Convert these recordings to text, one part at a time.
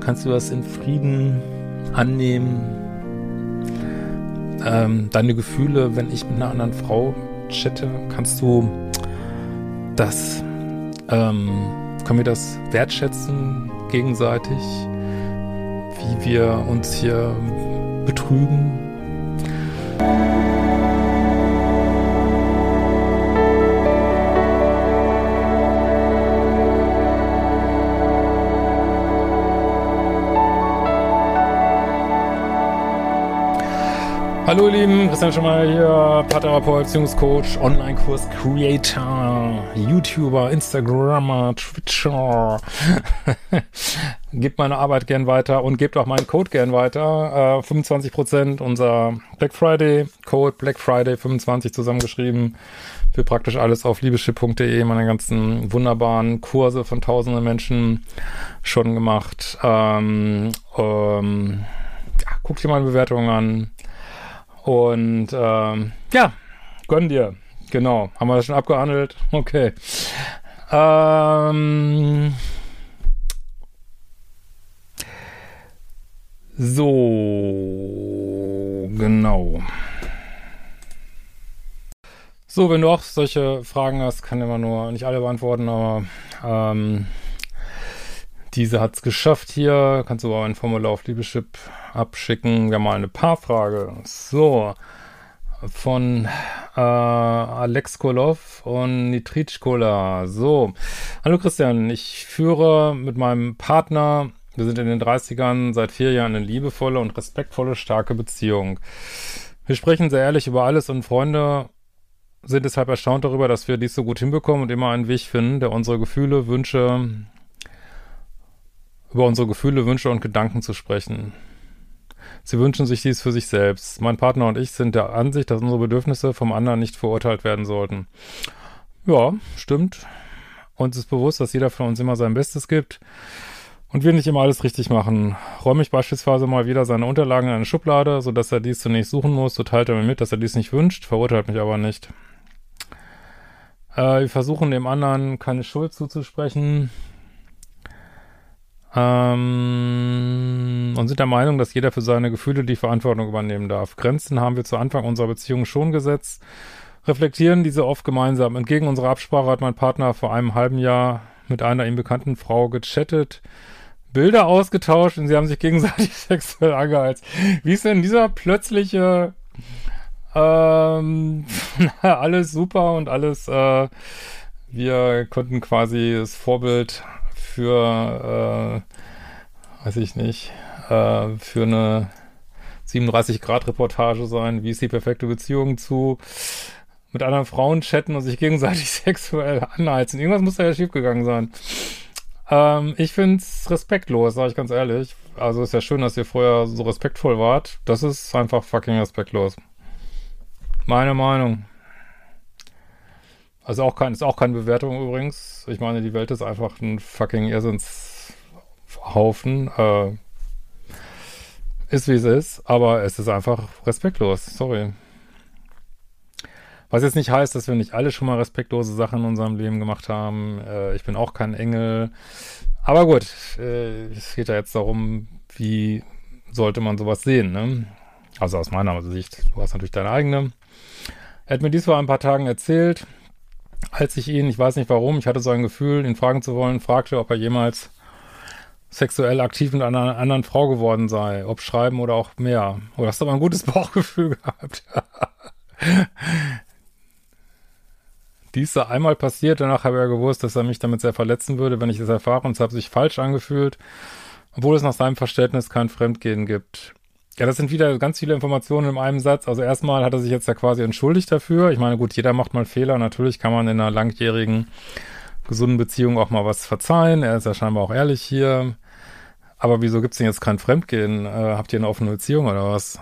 Kannst du das in Frieden annehmen? Deine Gefühle, wenn ich mit einer anderen Frau chatte, kannst du das, können wir das wertschätzen gegenseitig, wie wir uns hier betrügen? Hallo ihr Lieben, Christian Schemmer hier, Paartherapeut, Beziehungscoach, Online-Kurs Creator, YouTuber, Instagrammer, Twitcher. Gebt meine Arbeit gern weiter und gebt auch meinen Code gern weiter. 25% unser Black Friday Code, Black Friday 25 zusammengeschrieben, für praktisch alles auf liebeschip.de, meine ganzen wunderbaren Kurse von tausenden Menschen schon gemacht. Ja, guck dir meine Bewertungen an. Und ja, gönn dir. Genau. Haben wir das schon abgehandelt? Okay. So, genau. So, wenn du auch solche Fragen hast, kann ich immer nur nicht alle beantworten, aber diese hat's geschafft hier. Kannst du aber ein Formular auf Liebeschip abschicken. Wir haben mal eine Paarfrage. So. Von Alex Kolov und Nitritschkola. So. Hallo Christian, ich führe mit meinem Partner, wir sind in den 30ern, seit 4 Jahren eine liebevolle und respektvolle, starke Beziehung. Wir sprechen sehr ehrlich über alles und Freunde sind deshalb erstaunt darüber, dass wir dies so gut hinbekommen und immer einen Weg finden, der unsere Gefühle, Wünsche und Gedanken zu sprechen. Sie wünschen sich dies für sich selbst. Mein Partner und ich sind der Ansicht, dass unsere Bedürfnisse vom anderen nicht verurteilt werden sollten. Ja, stimmt. Uns ist bewusst, dass jeder von uns immer sein Bestes gibt und wir nicht immer alles richtig machen. Räume ich beispielsweise mal wieder seine Unterlagen in eine Schublade, sodass er dies zunächst suchen muss, so teilt er mir mit, dass er dies nicht wünscht, verurteilt mich aber nicht. Wir versuchen dem anderen keine Schuld zuzusprechen, und sind der Meinung, dass jeder für seine Gefühle die Verantwortung übernehmen darf. Grenzen haben wir zu Anfang unserer Beziehung schon gesetzt, reflektieren diese oft gemeinsam. Entgegen unserer Absprache hat mein Partner vor einem halben Jahr mit einer ihm bekannten Frau gechattet, Bilder ausgetauscht und sie haben sich gegenseitig sexuell angeheizt. Wie ist denn dieser plötzliche alles super und alles wir konnten quasi das Vorbild für, weiß ich nicht, für eine 37-Grad-Reportage sein, wie ist die perfekte Beziehung zu mit anderen Frauen chatten und sich gegenseitig sexuell anheizen. Irgendwas muss da ja schiefgegangen sein. Ich find's respektlos, sage ich ganz ehrlich. Also ist ja schön, dass ihr vorher so respektvoll wart. Das ist einfach fucking respektlos. Meine Meinung. Also ist auch keine Bewertung übrigens. Ich meine, die Welt ist einfach ein fucking Irrsinnshaufen. Ist wie es ist, aber es ist einfach respektlos. Sorry. Was jetzt nicht heißt, dass wir nicht alle schon mal respektlose Sachen in unserem Leben gemacht haben. Ich bin auch kein Engel. Aber gut, es geht ja jetzt darum, wie sollte man sowas sehen, ne? Also aus meiner Sicht. Du hast natürlich deine eigene. Er hat mir dies vor ein paar Tagen erzählt. Als ich ihn, ich weiß nicht warum, ich hatte so ein Gefühl, ihn fragen zu wollen, fragte, ob er jemals sexuell aktiv mit einer anderen Frau geworden sei, ob schreiben oder auch mehr. Oh, hast du aber ein gutes Bauchgefühl gehabt. Dies sei einmal passiert, danach habe er gewusst, dass er mich damit sehr verletzen würde, wenn ich es erfahre, und es hat sich falsch angefühlt, obwohl es nach seinem Verständnis kein Fremdgehen gibt. Ja, das sind wieder ganz viele Informationen in einem Satz. Also erstmal hat er sich jetzt ja quasi entschuldigt dafür. Ich meine, gut, jeder macht mal Fehler. Natürlich kann man in einer langjährigen, gesunden Beziehung auch mal was verzeihen. Er ist ja scheinbar auch ehrlich hier. Aber wieso gibt's denn jetzt kein Fremdgehen? Habt ihr eine offene Beziehung oder was?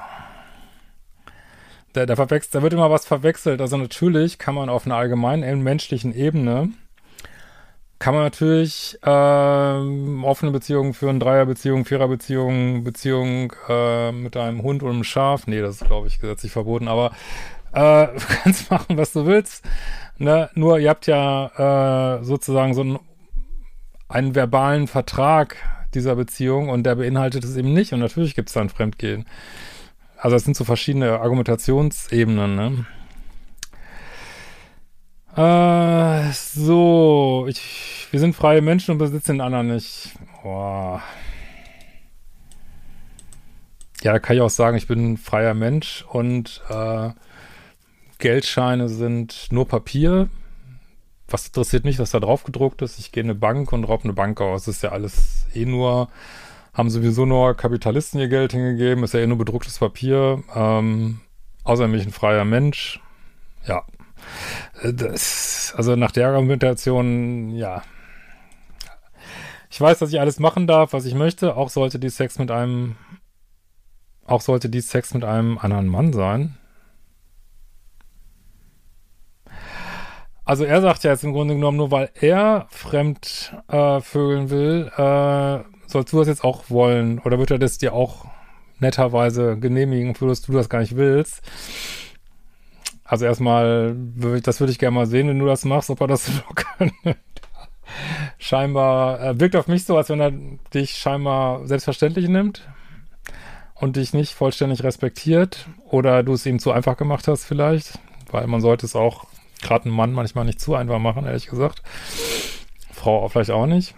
Da wird immer was verwechselt. Also natürlich kann man auf einer allgemeinen menschlichen Ebene kann man natürlich offene Beziehungen führen, Dreierbeziehungen, Viererbeziehungen, Beziehung mit einem Hund und einem Schaf. Nee, das ist, glaube ich, gesetzlich verboten, aber du kannst machen, was du willst. Ne? Nur ihr habt ja sozusagen so einen verbalen Vertrag, dieser Beziehung und der beinhaltet es eben nicht und natürlich gibt es dann Fremdgehen. Also es sind so verschiedene Argumentationsebenen, ne? Wir sind freie Menschen und besitzen den anderen nicht. Boah. Ja, da kann ich auch sagen, ich bin ein freier Mensch und Geldscheine sind nur Papier. Was interessiert mich, was da drauf gedruckt ist? Ich gehe in eine Bank und raub eine Bank aus. Das ist ja alles haben sowieso nur Kapitalisten ihr Geld hingegeben, ist ja nur bedrucktes Papier. Außerdem bin ich ein freier Mensch. Ja. Also nach der Argumentation, ja. Ich weiß, dass ich alles machen darf, was ich möchte. Auch sollte dies Sex mit einem anderen Mann sein. Also er sagt ja jetzt im Grunde genommen, nur weil er fremd vögeln will, sollst du das jetzt auch wollen? Oder wird er das dir auch netterweise genehmigen, obwohl du das gar nicht willst? Also erstmal, das würde ich gerne mal sehen, wenn du das machst, ob er das so kann. Scheinbar, wirkt auf mich so, als wenn er dich scheinbar selbstverständlich nimmt und dich nicht vollständig respektiert. Oder du es ihm zu einfach gemacht hast vielleicht, weil man sollte es auch gerade einen Mann manchmal nicht zu einfach machen, ehrlich gesagt. Frau vielleicht auch nicht.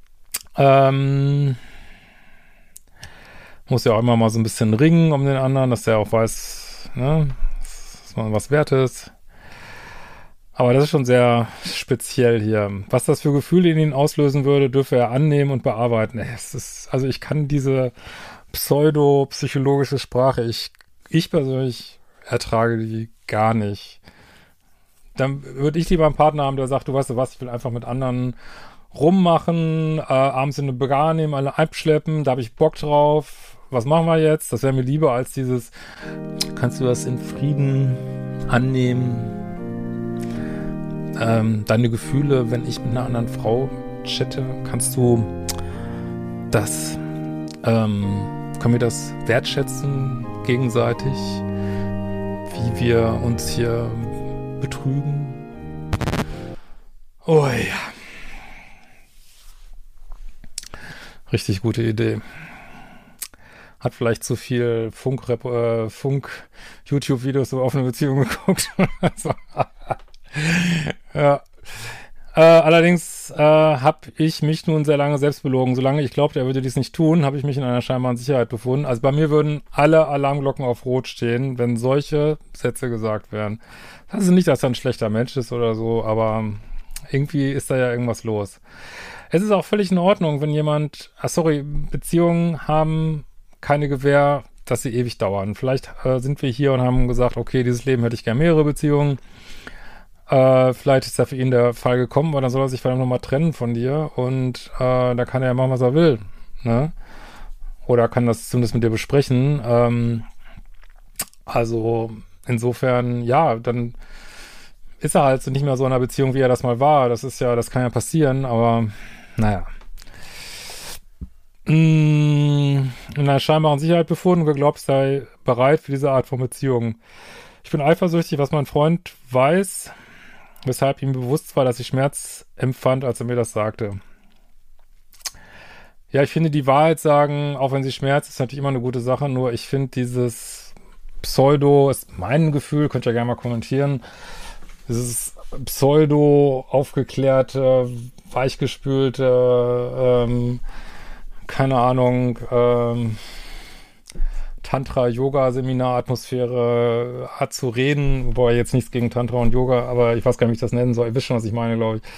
Muss ja auch immer mal so ein bisschen ringen um den anderen, dass der auch weiß, ne, dass man was wert ist. Aber das ist schon sehr speziell hier. Was das für Gefühle in ihn auslösen würde, dürfe er annehmen und bearbeiten. Also ich kann diese pseudo-psychologische Sprache, ich persönlich ertrage die gar nicht. Dann würde ich lieber einen Partner haben, der sagt, du weißt du was, ich will einfach mit anderen rummachen, abends in eine Bar nehmen, alle abschleppen, da habe ich Bock drauf. Was machen wir jetzt? Das wäre mir lieber als dieses, kannst du das in Frieden annehmen? Deine Gefühle, wenn ich mit einer anderen Frau chatte, kannst du das, können wir das wertschätzen gegenseitig, wie wir uns hier betrügen? Oh ja. Richtig gute Idee. Hat vielleicht zu viel Funk-YouTube-Videos über offene Beziehungen geguckt. So. Ja. Allerdings habe ich mich nun sehr lange selbst belogen. Solange ich glaubte, er würde dies nicht tun, habe ich mich in einer scheinbaren Sicherheit befunden. Also bei mir würden alle Alarmglocken auf Rot stehen, wenn solche Sätze gesagt werden. Das ist nicht, dass er ein schlechter Mensch ist oder so, aber irgendwie ist da ja irgendwas los. Es ist auch völlig in Ordnung, wenn Beziehungen haben keine Gewähr, dass sie ewig dauern. Vielleicht sind wir hier und haben gesagt, okay, dieses Leben hätte ich gerne mehrere Beziehungen. Vielleicht ist da für ihn der Fall gekommen, aber dann soll er sich verdammt nochmal trennen von dir und da kann er ja machen, was er will, ne? Oder kann das zumindest mit dir besprechen. Also insofern, ja, dann ist er halt nicht mehr so in einer Beziehung, wie er das mal war. Das kann ja passieren, aber naja. In einer scheinbaren Sicherheit befunden und geglaubt, sei bereit für diese Art von Beziehung. Ich bin eifersüchtig, was mein Freund weiß, weshalb ihm bewusst war, dass ich Schmerz empfand, als er mir das sagte. Ja, ich finde, die Wahrheit sagen, auch wenn sie schmerzt, ist natürlich immer eine gute Sache, nur ich finde dieses Pseudo, ist mein Gefühl, könnt ihr gerne mal kommentieren, dieses Pseudo aufgeklärte, weichgespülte, keine Ahnung, Tantra-Yoga-Seminar-Atmosphäre hat zu reden, wobei jetzt nichts gegen Tantra und Yoga, aber ich weiß gar nicht, wie ich das nennen soll. Ihr wisst schon, was ich meine, glaube ich.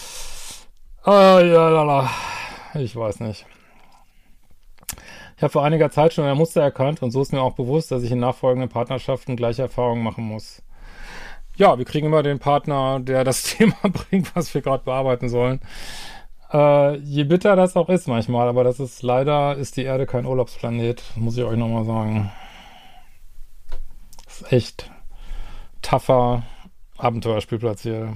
Ich weiß nicht. Ich habe vor einiger Zeit schon ein Muster erkannt und so ist mir auch bewusst, dass ich in nachfolgenden Partnerschaften gleiche Erfahrungen machen muss. Ja, wir kriegen immer den Partner, der das Thema bringt, was wir gerade bearbeiten sollen. Je bitter das auch ist manchmal, aber leider ist die Erde kein Urlaubsplanet, muss ich euch nochmal sagen. Das ist echt tougher Abenteuerspielplatz hier.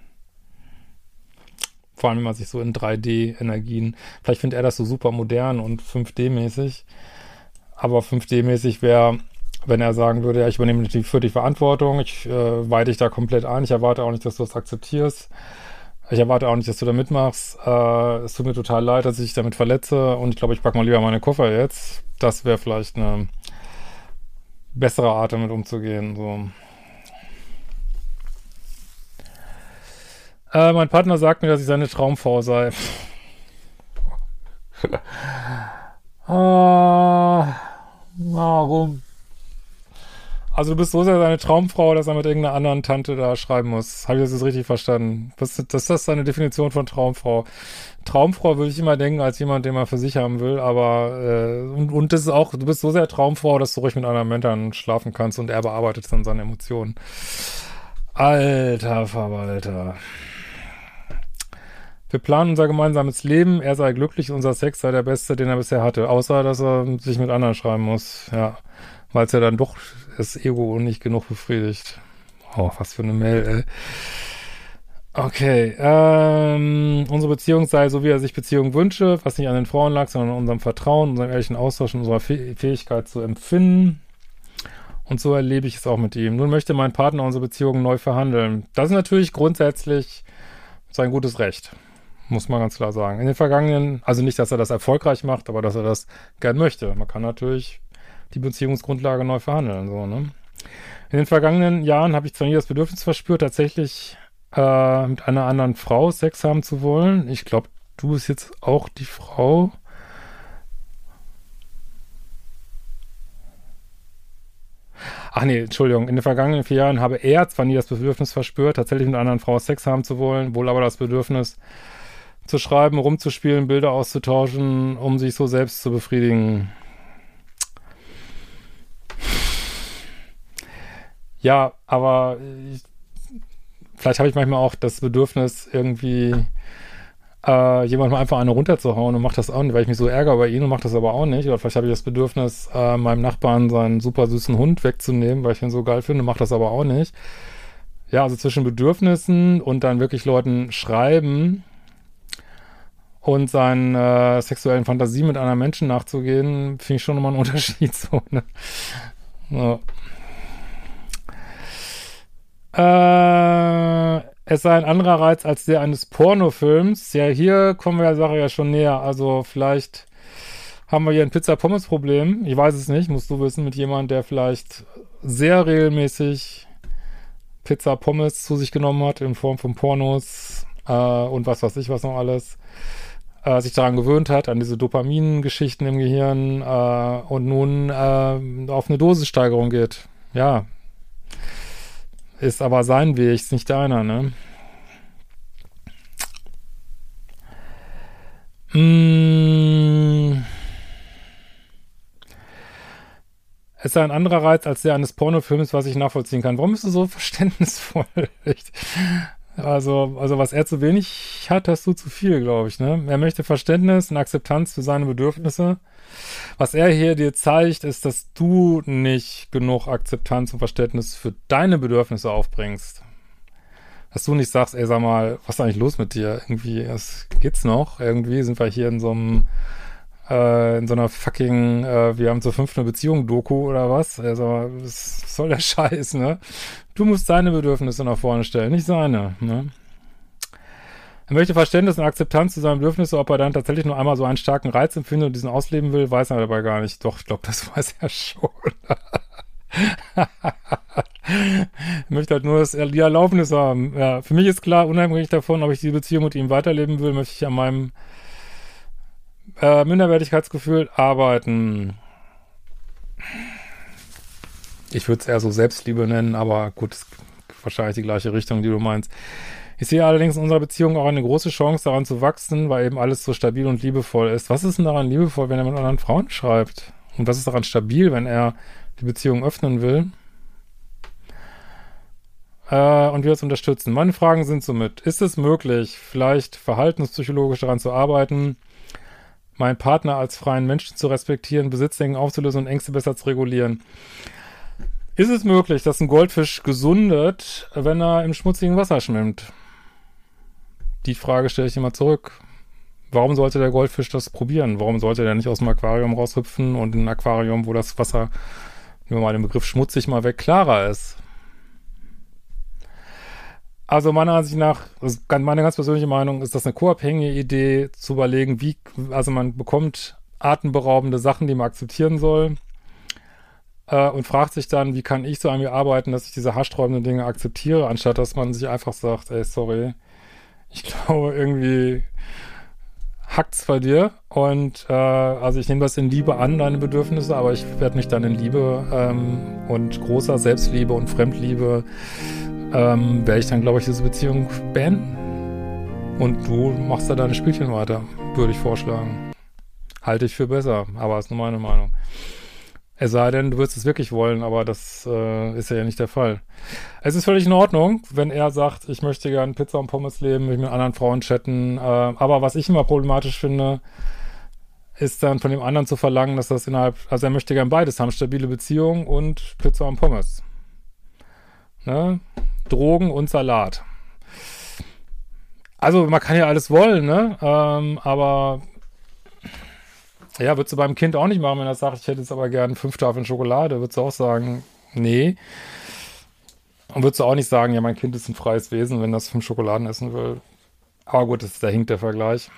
Vor allem, wenn man sich so in 3D-Energien, vielleicht findet er das so super modern und 5D-mäßig, aber 5D-mäßig wäre, wenn er sagen würde, ja, ich übernehme natürlich für die Verantwortung, ich weihe dich da komplett ein, ich erwarte auch nicht, dass du das akzeptierst. Ich erwarte auch nicht, dass du da mitmachst. Es tut mir total leid, dass ich dich damit verletze und ich glaube, ich packe mal lieber meine Koffer jetzt. Das wäre vielleicht eine bessere Art, damit umzugehen. So. Mein Partner sagt mir, dass ich seine Traumfrau sei. Warum? Also du bist so sehr seine Traumfrau, dass er mit irgendeiner anderen Tante da schreiben muss. Habe ich das jetzt richtig verstanden? Das ist deine Definition von Traumfrau. Traumfrau würde ich immer denken als jemand, den man für sich haben will, aber und das ist auch, du bist so sehr Traumfrau, dass du ruhig mit anderen Männern schlafen kannst und er bearbeitet dann seine Emotionen. Alter Verwalter. Wir planen unser gemeinsames Leben, er sei glücklich, unser Sex sei der beste, den er bisher hatte. Außer, dass er sich mit anderen schreiben muss. Ja, weil es ja dann doch das Ego nicht genug befriedigt. Oh, was für eine Mail, ey. Okay, unsere Beziehung sei so, wie er sich Beziehung wünsche, was nicht an den Frauen lag, sondern an unserem Vertrauen, unserem ehrlichen Austausch und unserer Fähigkeit zu empfinden. Und so erlebe ich es auch mit ihm. Nun möchte mein Partner unsere Beziehung neu verhandeln. Das ist natürlich grundsätzlich sein gutes Recht. Muss man ganz klar sagen. In den vergangenen, also nicht, dass er das erfolgreich macht, aber dass er das gern möchte. Man kann natürlich die Beziehungsgrundlage neu verhandeln, so, ne? In den vergangenen Jahren habe ich zwar nie das Bedürfnis verspürt, tatsächlich mit einer anderen Frau Sex haben zu wollen. Ich glaube, du bist jetzt auch die Frau. Ach nee, Entschuldigung. In den vergangenen 4 Jahren habe er zwar nie das Bedürfnis verspürt, tatsächlich mit einer anderen Frau Sex haben zu wollen, wohl aber das Bedürfnis zu schreiben, rumzuspielen, Bilder auszutauschen, um sich so selbst zu befriedigen. Ja, aber vielleicht habe ich manchmal auch das Bedürfnis, irgendwie jemandem einfach eine runterzuhauen und macht das auch nicht, weil ich mich so ärgere über ihn und macht das aber auch nicht. Oder vielleicht habe ich das Bedürfnis, meinem Nachbarn seinen super süßen Hund wegzunehmen, weil ich ihn so geil finde, macht das aber auch nicht. Ja, also zwischen Bedürfnissen und dann wirklich Leuten schreiben und seinen sexuellen Fantasien mit anderen Menschen nachzugehen, finde ich schon nochmal einen Unterschied. So, ne? So. Es sei ein anderer Reiz als der eines Pornofilms. Ja, hier kommen wir der Sache ja schon näher. Also vielleicht haben wir hier ein Pizza-Pommes-Problem. Ich weiß es nicht, musst du wissen, mit jemandem, der vielleicht sehr regelmäßig Pizza-Pommes zu sich genommen hat in Form von Pornos und was weiß ich, was noch alles. Sich daran gewöhnt hat, an diese Dopamin-Geschichten im Gehirn und nun auf eine Dosissteigerung geht. Ja, ist aber sein Weg, ist nicht deiner, ne? Es ist ein anderer Reiz als der eines Pornofilms, was ich nachvollziehen kann. Warum bist du so verständnisvoll? Echt? Also was er zu wenig hat, hast du zu viel, glaube ich, ne? Er möchte Verständnis und Akzeptanz für seine Bedürfnisse. Was er hier dir zeigt, ist, dass du nicht genug Akzeptanz und Verständnis für deine Bedürfnisse aufbringst. Dass du nicht sagst, ey, sag mal, was ist eigentlich los mit dir? Irgendwie, es geht's noch? Irgendwie sind wir hier in so einer fucking, wir haben zur 5. Beziehung-Doku oder was? Also, was soll der Scheiß, ne? Du musst deine Bedürfnisse nach vorne stellen, nicht seine, ne? Er möchte Verständnis und Akzeptanz zu seinen Bedürfnissen, ob er dann tatsächlich nur einmal so einen starken Reiz empfindet und diesen ausleben will, weiß er dabei gar nicht. Doch, ich glaube, das weiß er schon. Er möchte halt nur die Erlaubnis haben. Ja, für mich ist klar, unabhängig davon, ob ich die Beziehung mit ihm weiterleben will, möchte ich an meinem Minderwertigkeitsgefühl arbeiten. Ich würde es eher so Selbstliebe nennen, aber gut, ist wahrscheinlich die gleiche Richtung, die du meinst. Ich sehe allerdings in unserer Beziehung auch eine große Chance, daran zu wachsen, weil eben alles so stabil und liebevoll ist. Was ist denn daran liebevoll, wenn er mit anderen Frauen schreibt? Und was ist daran stabil, wenn er die Beziehung öffnen will? Und wir es unterstützen. Meine Fragen sind somit, ist es möglich, vielleicht verhaltenspsychologisch daran zu arbeiten, meinen Partner als freien Menschen zu respektieren, Besitzdenken aufzulösen und Ängste besser zu regulieren? Ist es möglich, dass ein Goldfisch gesundet, wenn er im schmutzigen Wasser schwimmt? Die Frage stelle ich immer zurück. Warum sollte der Goldfisch das probieren? Warum sollte der nicht aus dem Aquarium raushüpfen und in ein Aquarium, wo das Wasser, nehmen wir mal den Begriff schmutzig mal weg, klarer ist? Also meiner Ansicht nach, meine ganz persönliche Meinung, ist das eine co-abhängige Idee, zu überlegen, also man bekommt atemberaubende Sachen, die man akzeptieren soll, und fragt sich dann, wie kann ich so an mir arbeiten, dass ich diese haarsträubenden Dinge akzeptiere, anstatt dass man sich einfach sagt, ey, sorry, ich glaube, irgendwie hackt's bei dir und also ich nehme das in Liebe an, deine Bedürfnisse, aber ich werde mich dann in Liebe und großer Selbstliebe und Fremdliebe werde ich dann, glaube ich, diese Beziehung beenden. Und du machst da deine Spielchen weiter, würde ich vorschlagen. Halte ich für besser, aber ist nur meine Meinung. Es sei denn, du würdest es wirklich wollen, aber das ist ja nicht der Fall. Es ist völlig in Ordnung, wenn er sagt, ich möchte gerne Pizza und Pommes leben, mich mit anderen Frauen chatten. Aber was ich immer problematisch finde, ist dann von dem anderen zu verlangen, dass das also er möchte gerne beides haben, stabile Beziehung und Pizza und Pommes. Ne? Drogen und Salat. Also man kann ja alles wollen, ne? Aber ja, würdest du beim Kind auch nicht machen, wenn er sagt, ich hätte jetzt aber gern 5 Tafeln Schokolade, würdest du auch sagen, nee. Und würdest du auch nicht sagen, ja, mein Kind ist ein freies Wesen, wenn das 5 Schokoladen essen will. Aber gut, da hinkt der Vergleich.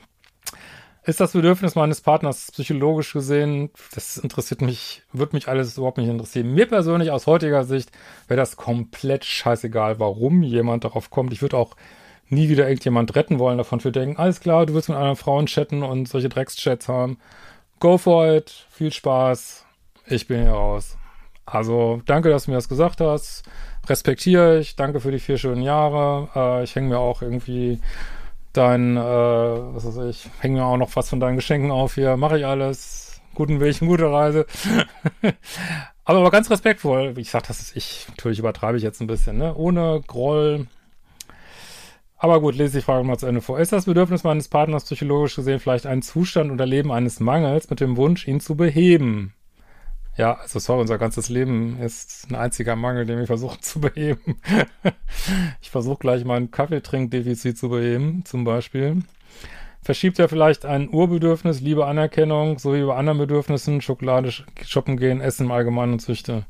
Ist das Bedürfnis meines Partners psychologisch gesehen, das interessiert mich, wird mich alles überhaupt nicht interessieren. Mir persönlich aus heutiger Sicht wäre das komplett scheißegal, warum jemand darauf kommt. Ich würde auch nie wieder irgendjemand retten wollen davon. Für denken, alles klar, du willst mit anderen Frauen chatten und solche Dreckschats haben. Go for it, viel Spaß, ich bin hier raus. Also, danke, dass du mir das gesagt hast. Respektiere ich, danke für die 4 schönen Jahre. Ich hänge mir auch irgendwie was weiß ich, hänge mir auch noch was von deinen Geschenken auf hier. Mache ich alles. Guten Weg, gute Reise. Aber ganz respektvoll. Wie ich sag, natürlich übertreibe ich jetzt ein bisschen, ne? Ohne Groll. Aber gut, lese die Frage mal zu Ende vor. Ist das Bedürfnis meines Partners psychologisch gesehen vielleicht ein Zustand oder Leben eines Mangels mit dem Wunsch, ihn zu beheben? Ja, also sorry, unser ganzes Leben ist ein einziger Mangel, den wir versuchen zu beheben. Ich versuche gleich mein Kaffeetrinkdefizit zu beheben, zum Beispiel. Verschiebt er vielleicht ein Urbedürfnis, Liebe, Anerkennung, sowie bei anderen Bedürfnissen, Schokolade, shoppen gehen, Essen im Allgemeinen und Süchte.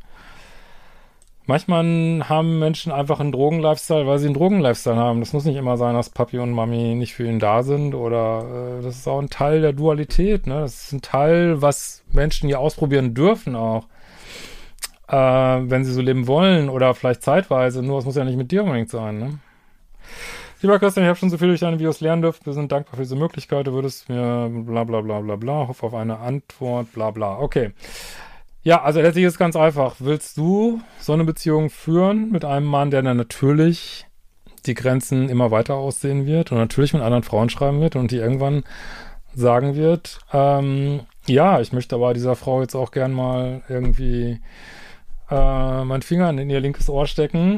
Manchmal haben Menschen einfach einen Drogen-Lifestyle, weil sie einen Drogen-Lifestyle haben. Das muss nicht immer sein, dass Papi und Mami nicht für ihn da sind oder das ist auch ein Teil der Dualität, ne? Das ist ein Teil, was Menschen hier ausprobieren dürfen auch, wenn sie so leben wollen oder vielleicht zeitweise. Nur es muss ja nicht mit dir unbedingt sein, ne? Lieber Christian, ich habe schon so viel durch deine Videos lernen dürfen. Wir sind dankbar für diese Möglichkeit. Du würdest mir bla bla bla bla bla, hoffe auf eine Antwort, bla bla. Okay. Ja, also letztlich ist es ganz einfach. Willst du so eine Beziehung führen mit einem Mann, der dann natürlich die Grenzen immer weiter aussehen wird und natürlich mit anderen Frauen schreiben wird und die irgendwann sagen wird, ja, ich möchte aber dieser Frau jetzt auch gern mal irgendwie meinen Finger in ihr linkes Ohr stecken.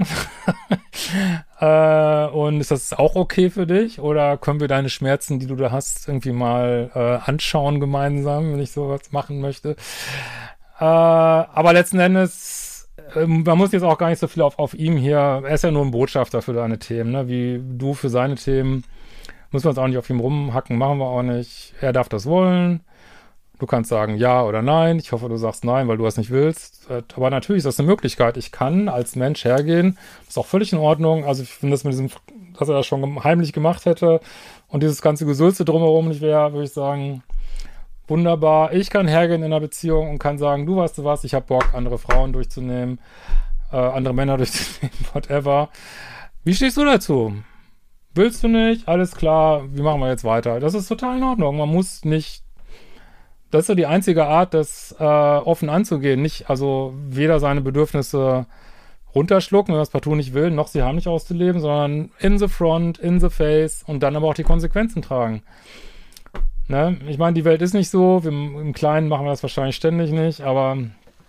Und ist das auch okay für dich? Oder können wir deine Schmerzen, die du da hast, irgendwie mal anschauen gemeinsam, wenn ich sowas machen möchte? Aber letzten Endes, man muss jetzt auch gar nicht so viel auf ihm hier, er ist ja nur ein Botschafter für deine Themen, ne? Wie du für seine Themen, müssen wir uns auch nicht auf ihm rumhacken, machen wir auch nicht. Er darf das wollen. Du kannst sagen ja oder nein. Ich hoffe, du sagst nein, weil du das nicht willst. Aber natürlich ist das eine Möglichkeit. Ich kann als Mensch hergehen. Ist auch völlig in Ordnung. Also ich finde das mit diesem, dass er das schon heimlich gemacht hätte und dieses ganze Gesülze drumherum nicht wäre, würde ich sagen, wunderbar. Ich kann hergehen in einer Beziehung und kann sagen, du weißt du was, ich habe Bock, andere Frauen durchzunehmen, andere Männer durchzunehmen, whatever. Wie stehst du dazu? Willst du nicht? Alles klar, wie machen wir jetzt weiter? Das ist total in Ordnung. Man muss nicht, das ist so die einzige Art, das offen anzugehen. Nicht, also weder seine Bedürfnisse runterschlucken, wenn man es partout nicht will, noch sie heimlich auszuleben, sondern in the front, in the face und dann aber auch die Konsequenzen tragen. Ne? Ich meine, die Welt ist nicht so, im Kleinen machen wir das wahrscheinlich ständig nicht, aber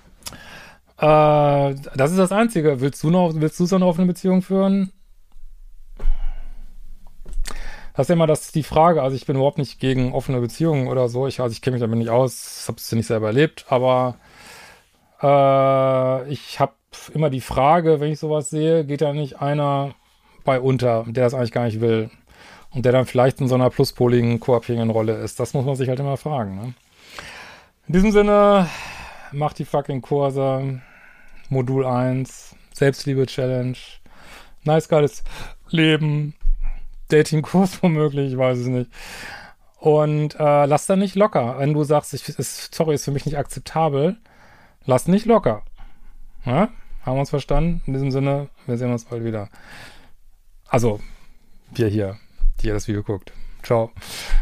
das ist das Einzige. Willst du so eine offene Beziehung führen? Das ist ja immer die Frage, also ich bin überhaupt nicht gegen offene Beziehungen oder so, ich kenne mich damit nicht aus, habe es ja nicht selber erlebt, aber ich habe immer die Frage, wenn ich sowas sehe, geht da nicht einer bei unter, der das eigentlich gar nicht will und der dann vielleicht in so einer pluspoligen, co-abhängigen Rolle ist. Das muss man sich halt immer fragen. Ne? In diesem Sinne, macht die fucking Kurse, Modul 1, Selbstliebe-Challenge, nice, geiles Leben, Datingkurs womöglich, ich weiß es nicht. Und lass da nicht locker. Wenn du sagst, sorry, ist für mich nicht akzeptabel, lass nicht locker. Ja? Haben wir uns verstanden? In diesem Sinne, wir sehen uns bald wieder. Also, wir hier, die ihr das Video guckt. Ciao.